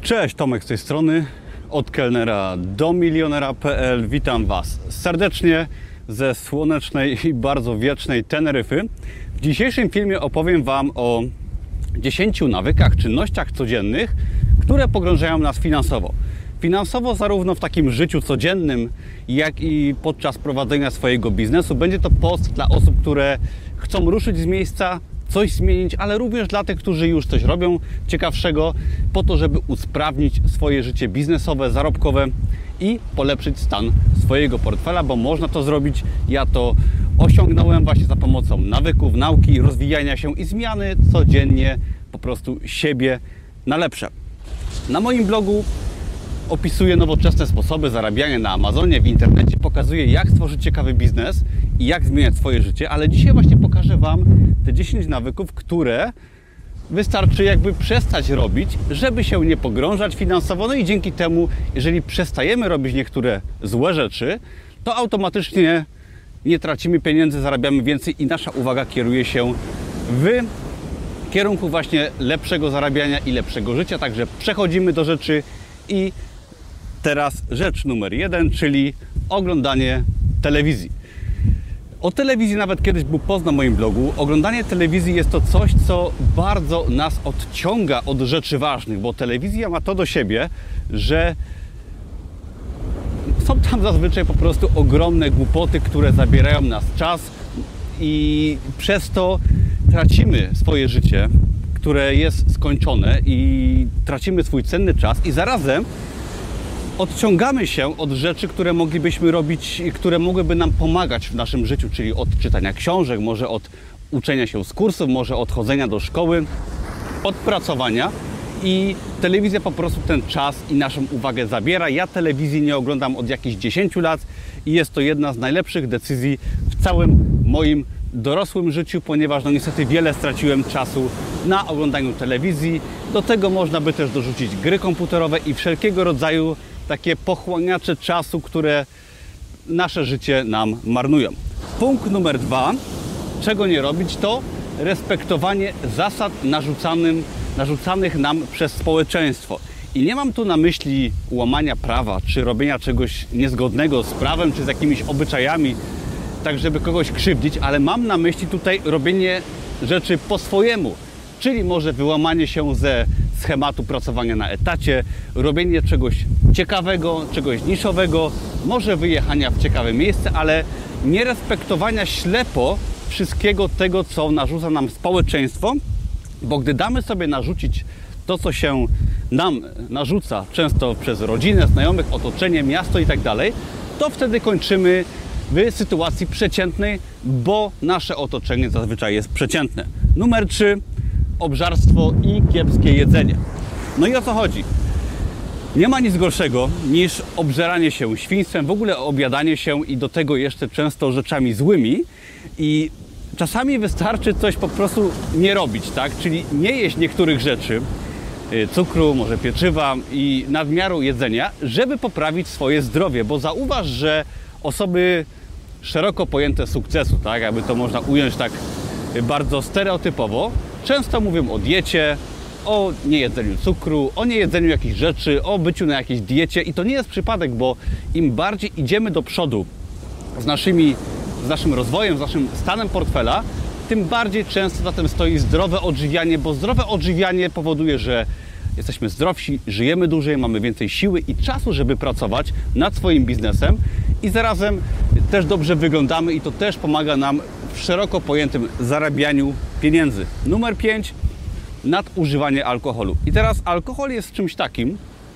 Cześć, Tomek z tej strony, od kelnera do milionera.pl. Witam Was serdecznie ze słonecznej i bardzo wiecznej Teneryfy. W dzisiejszym filmie opowiem Wam o 10 nawykach, czynnościach codziennych, które pogrążają nas finansowo. Finansowo zarówno w takim życiu codziennym, jak i podczas prowadzenia swojego biznesu. Będzie to post dla osób, które chcą ruszyć z miejsca, coś zmienić, ale również dla tych, którzy już coś robią ciekawszego, po to, żeby usprawnić swoje życie biznesowe, zarobkowe i polepszyć stan swojego portfela, bo można to zrobić. Ja to osiągnąłem właśnie za pomocą nawyków, nauki, rozwijania się i zmiany codziennie po prostu siebie na lepsze. Na moim blogu opisuję nowoczesne sposoby zarabiania na Amazonie, w internecie, pokazuję, jak stworzyć ciekawy biznes i jak zmieniać swoje życie, ale dzisiaj właśnie pokażę Wam te 10 nawyków, które wystarczy jakby przestać robić, żeby się nie pogrążać finansowo. No i dzięki temu, jeżeli przestajemy robić niektóre złe rzeczy, to automatycznie nie tracimy pieniędzy, zarabiamy więcej i nasza uwaga kieruje się w kierunku właśnie lepszego zarabiania i lepszego życia. Także przechodzimy do rzeczy i teraz rzecz numer 1, czyli oglądanie telewizji. O telewizji nawet kiedyś był post na moim blogu. Oglądanie telewizji jest to coś, co bardzo nas odciąga od rzeczy ważnych, bo telewizja ma to do siebie, że są tam zazwyczaj po prostu ogromne głupoty, które zabierają nas czas i przez to tracimy swoje życie, które jest skończone, i tracimy swój cenny czas i zarazem odciągamy się od rzeczy, które moglibyśmy robić, które mogłyby nam pomagać w naszym życiu, czyli od czytania książek, może od uczenia się z kursów, może od chodzenia do szkoły, od pracowania, i telewizja po prostu ten czas i naszą uwagę zabiera. Ja telewizji nie oglądam od jakichś 10 lat i jest to jedna z najlepszych decyzji w całym moim dorosłym życiu, ponieważ no niestety wiele straciłem czasu na oglądaniu telewizji. Do tego można by też dorzucić gry komputerowe i wszelkiego rodzaju takie pochłaniacze czasu, które nasze życie nam marnują. Punkt numer 2, czego nie robić, to respektowanie zasad narzucanych nam przez społeczeństwo. I nie mam tu na myśli łamania prawa, czy robienia czegoś niezgodnego z prawem, czy z jakimiś obyczajami, tak żeby kogoś krzywdzić, ale mam na myśli tutaj robienie rzeczy po swojemu, czyli może wyłamanie się ze schematu pracowania na etacie, robienie czegoś ciekawego, czegoś niszowego, może wyjechania w ciekawe miejsce, ale nie respektowania ślepo wszystkiego tego, co narzuca nam społeczeństwo, bo gdy damy sobie narzucić to, co się nam narzuca, często przez rodzinę, znajomych, otoczenie, miasto i tak dalej, to wtedy kończymy w sytuacji przeciętnej, bo nasze otoczenie zazwyczaj jest przeciętne. Numer 3. Obżarstwo i kiepskie jedzenie. No i o co chodzi? Nie ma nic gorszego niż obżeranie się świństwem, w ogóle objadanie się i do tego jeszcze często rzeczami złymi, i czasami wystarczy coś po prostu nie robić, tak? Czyli nie jeść niektórych rzeczy, cukru, może pieczywa i nadmiaru jedzenia, żeby poprawić swoje zdrowie, bo zauważ, że osoby szeroko pojęte sukcesu, tak, jakby to można ująć tak bardzo stereotypowo, często mówią o diecie, o niejedzeniu cukru, o niejedzeniu jakichś rzeczy, o byciu na jakiejś diecie, i to nie jest przypadek, bo im bardziej idziemy do przodu z naszym rozwojem, z naszym stanem portfela, tym bardziej często za tym stoi zdrowe odżywianie, bo zdrowe odżywianie powoduje, że jesteśmy zdrowsi, żyjemy dłużej, mamy więcej siły i czasu, żeby pracować nad swoim biznesem, i zarazem też dobrze wyglądamy, i to też pomaga nam w szeroko pojętym zarabianiu pieniędzy. Numer 5. Nadużywanie alkoholu. I teraz alkohol jest czymś takim,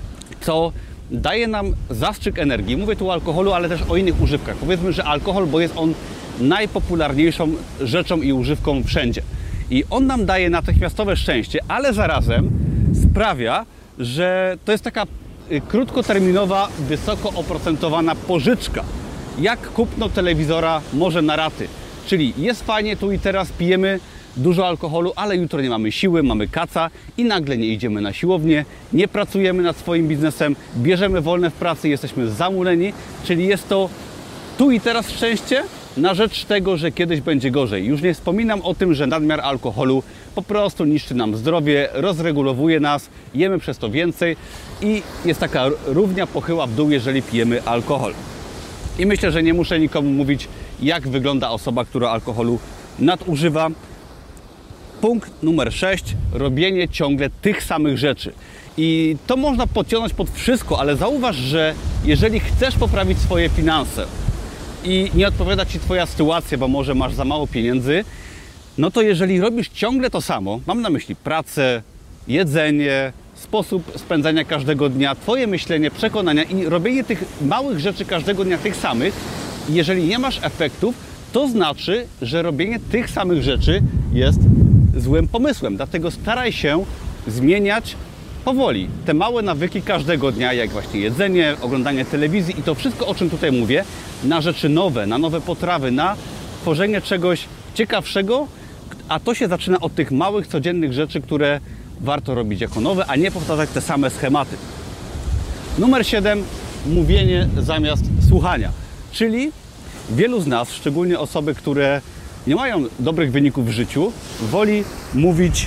co daje nam zastrzyk energii. Mówię tu o alkoholu, ale też o innych używkach. Powiedzmy, że alkohol, bo jest on najpopularniejszą rzeczą i używką wszędzie. I on nam daje natychmiastowe szczęście, ale zarazem sprawia, że to jest taka krótkoterminowa, wysoko oprocentowana pożyczka. Jak kupno telewizora może na raty. Czyli jest fajnie, tu i teraz pijemy dużo alkoholu, ale jutro nie mamy siły, mamy kaca i nagle nie idziemy na siłownię, nie pracujemy nad swoim biznesem, bierzemy wolne w pracy, jesteśmy zamuleni, czyli jest to tu i teraz szczęście na rzecz tego, że kiedyś będzie gorzej. Już nie wspominam o tym, że nadmiar alkoholu po prostu niszczy nam zdrowie, rozregulowuje nas, jemy przez to więcej i jest taka równia pochyła w dół, jeżeli pijemy alkohol. I myślę, że nie muszę nikomu mówić, jak wygląda osoba, która alkoholu nadużywa. Punkt numer 6. Robienie ciągle tych samych rzeczy. I to można podciągnąć pod wszystko, ale zauważ, że jeżeli chcesz poprawić swoje finanse i nie odpowiada Ci Twoja sytuacja, bo może masz za mało pieniędzy, no to jeżeli robisz ciągle to samo, mam na myśli pracę, jedzenie, sposób spędzania każdego dnia, Twoje myślenie, przekonania i robienie tych małych rzeczy każdego dnia tych samych, jeżeli nie masz efektów, to znaczy, że robienie tych samych rzeczy jest złym pomysłem. Dlatego staraj się zmieniać powoli te małe nawyki każdego dnia, jak właśnie jedzenie, oglądanie telewizji i to wszystko, o czym tutaj mówię, na rzeczy nowe, na nowe potrawy, na tworzenie czegoś ciekawszego, a to się zaczyna od tych małych, codziennych rzeczy, które warto robić jako nowe, a nie powtarzać te same schematy. Numer 7. Mówienie zamiast słuchania. Czyli wielu z nas, szczególnie osoby, które nie mają dobrych wyników w życiu, woli mówić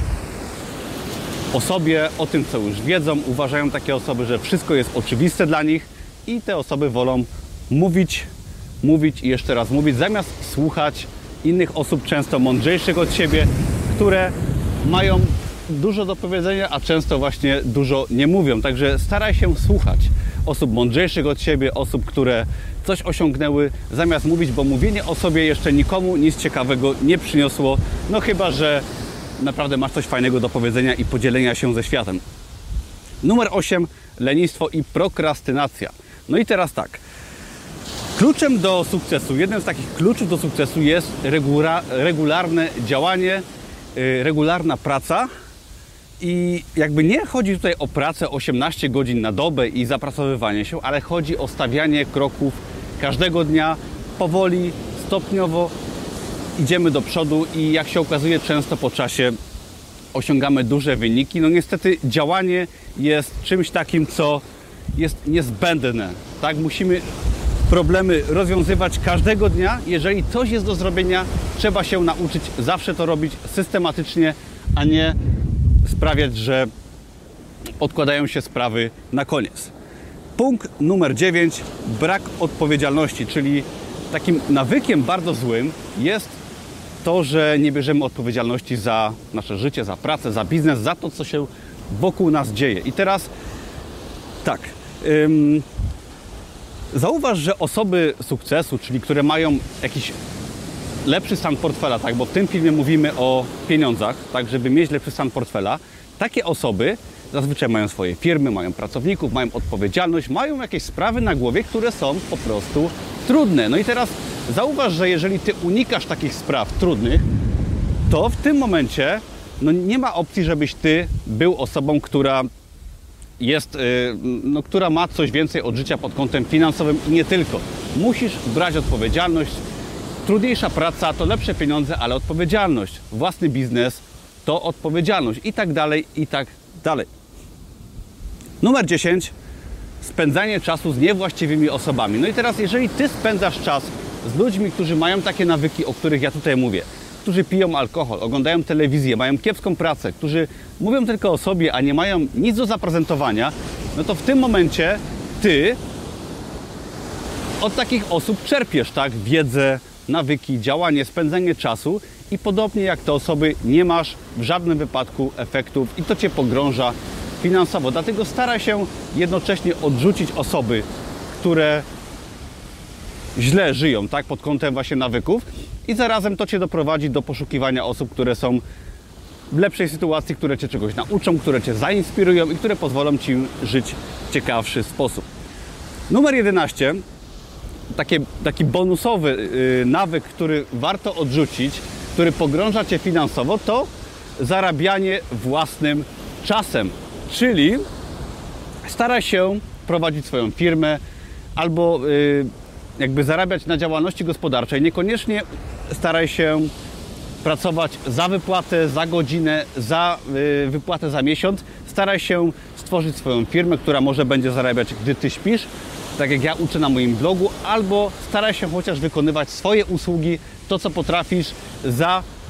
o sobie, o tym, co już wiedzą. Uważają takie osoby, że wszystko jest oczywiste dla nich i te osoby wolą mówić i jeszcze raz mówić, zamiast słuchać innych osób, często mądrzejszych od siebie, które mają dużo do powiedzenia, a często właśnie dużo nie mówią. Także staraj się słuchać osób mądrzejszych od siebie, osób, które coś osiągnęły, zamiast mówić, bo mówienie o sobie jeszcze nikomu nic ciekawego nie przyniosło, no chyba że naprawdę masz coś fajnego do powiedzenia i podzielenia się ze światem. Numer 8. Lenistwo i prokrastynacja. No i teraz tak. Kluczem do sukcesu, jednym z takich kluczów do sukcesu jest regularne działanie, regularna praca. I jakby nie chodzi tutaj o pracę 18 godzin na dobę i zapracowywanie się, ale chodzi o stawianie kroków każdego dnia, powoli, stopniowo idziemy do przodu i jak się okazuje, często po czasie osiągamy duże wyniki. No niestety działanie jest czymś takim, co jest niezbędne, tak? Musimy problemy rozwiązywać każdego dnia. Jeżeli coś jest do zrobienia, trzeba się nauczyć zawsze to robić systematycznie, a nie sprawiać, że odkładają się sprawy na koniec. Punkt numer 9. Brak odpowiedzialności, czyli takim nawykiem bardzo złym jest to, że nie bierzemy odpowiedzialności za nasze życie, za pracę, za biznes, za to, co się wokół nas dzieje. I teraz tak, zauważ, że osoby sukcesu, czyli które mają jakiś lepszy stan portfela, tak, bo w tym filmie mówimy o pieniądzach, tak, żeby mieć lepszy stan portfela, takie osoby zazwyczaj mają swoje firmy, mają pracowników, mają odpowiedzialność, mają jakieś sprawy na głowie, które są po prostu trudne. No i teraz zauważ, że jeżeli Ty unikasz takich spraw trudnych, to w tym momencie no nie ma opcji, żebyś Ty był osobą, która jest, która ma coś więcej od życia pod kątem finansowym i nie tylko. Musisz brać odpowiedzialność. Trudniejsza praca to lepsze pieniądze, ale odpowiedzialność. Własny biznes to odpowiedzialność i tak dalej, i tak dalej. Numer 10. Spędzanie czasu z niewłaściwymi osobami. No i teraz, jeżeli Ty spędzasz czas z ludźmi, którzy mają takie nawyki, o których ja tutaj mówię, którzy piją alkohol, oglądają telewizję, mają kiepską pracę, którzy mówią tylko o sobie, a nie mają nic do zaprezentowania, no to w tym momencie Ty od takich osób czerpiesz, tak, wiedzę, nawyki, działanie, spędzanie czasu i podobnie jak te osoby nie masz w żadnym wypadku efektów i to Cię pogrąża finansowo. Dlatego staraj się jednocześnie odrzucić osoby, które źle żyją, tak, pod kątem właśnie nawyków i zarazem to Cię doprowadzi do poszukiwania osób, które są w lepszej sytuacji, które Cię czegoś nauczą, które Cię zainspirują i które pozwolą Ci żyć w ciekawszy sposób. Numer 11. Taki bonusowy nawyk, który warto odrzucić, który pogrąża Cię finansowo, to zarabianie własnym czasem. Czyli staraj się prowadzić swoją firmę albo jakby zarabiać na działalności gospodarczej. Niekoniecznie staraj się pracować za wypłatę, za godzinę, za wypłatę za miesiąc. Staraj się stworzyć swoją firmę, która może będzie zarabiać, gdy Ty śpisz, tak jak ja uczę na moim blogu, albo staraj się chociaż wykonywać swoje usługi, to co potrafisz za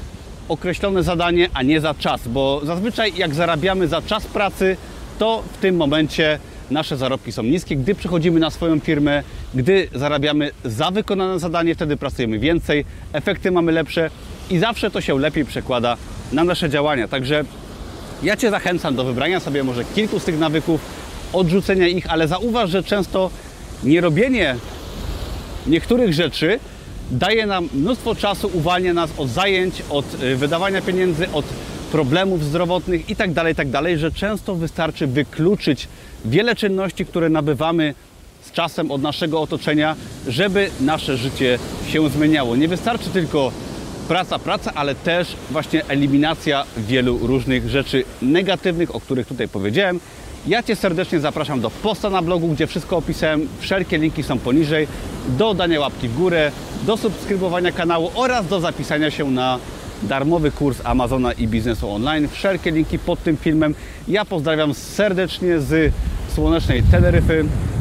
określone zadanie, a nie za czas, bo zazwyczaj jak zarabiamy za czas pracy, to w tym momencie nasze zarobki są niskie. Gdy przechodzimy na swoją firmę, gdy zarabiamy za wykonane zadanie, wtedy pracujemy więcej, efekty mamy lepsze i zawsze to się lepiej przekłada na nasze działania. Także ja Cię zachęcam do wybrania sobie może kilku z tych nawyków, odrzucenia ich, ale zauważ, że często nierobienie niektórych rzeczy daje nam mnóstwo czasu, uwalnia nas od zajęć, od wydawania pieniędzy, od problemów zdrowotnych itd., że często wystarczy wykluczyć wiele czynności, które nabywamy z czasem od naszego otoczenia, żeby nasze życie się zmieniało. Nie wystarczy tylko praca, ale też właśnie eliminacja wielu różnych rzeczy negatywnych, o których tutaj powiedziałem. Ja Cię serdecznie zapraszam do posta na blogu, gdzie wszystko opisałem. Wszelkie linki są poniżej. Do dania łapki w górę, do subskrybowania kanału oraz do zapisania się na darmowy kurs Amazona i biznesu online. Wszelkie linki pod tym filmem. Ja pozdrawiam serdecznie z słonecznej Teneryfy.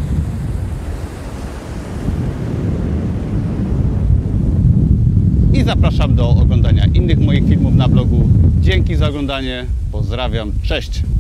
I zapraszam do oglądania innych moich filmów na blogu. Dzięki za oglądanie. Pozdrawiam. Cześć.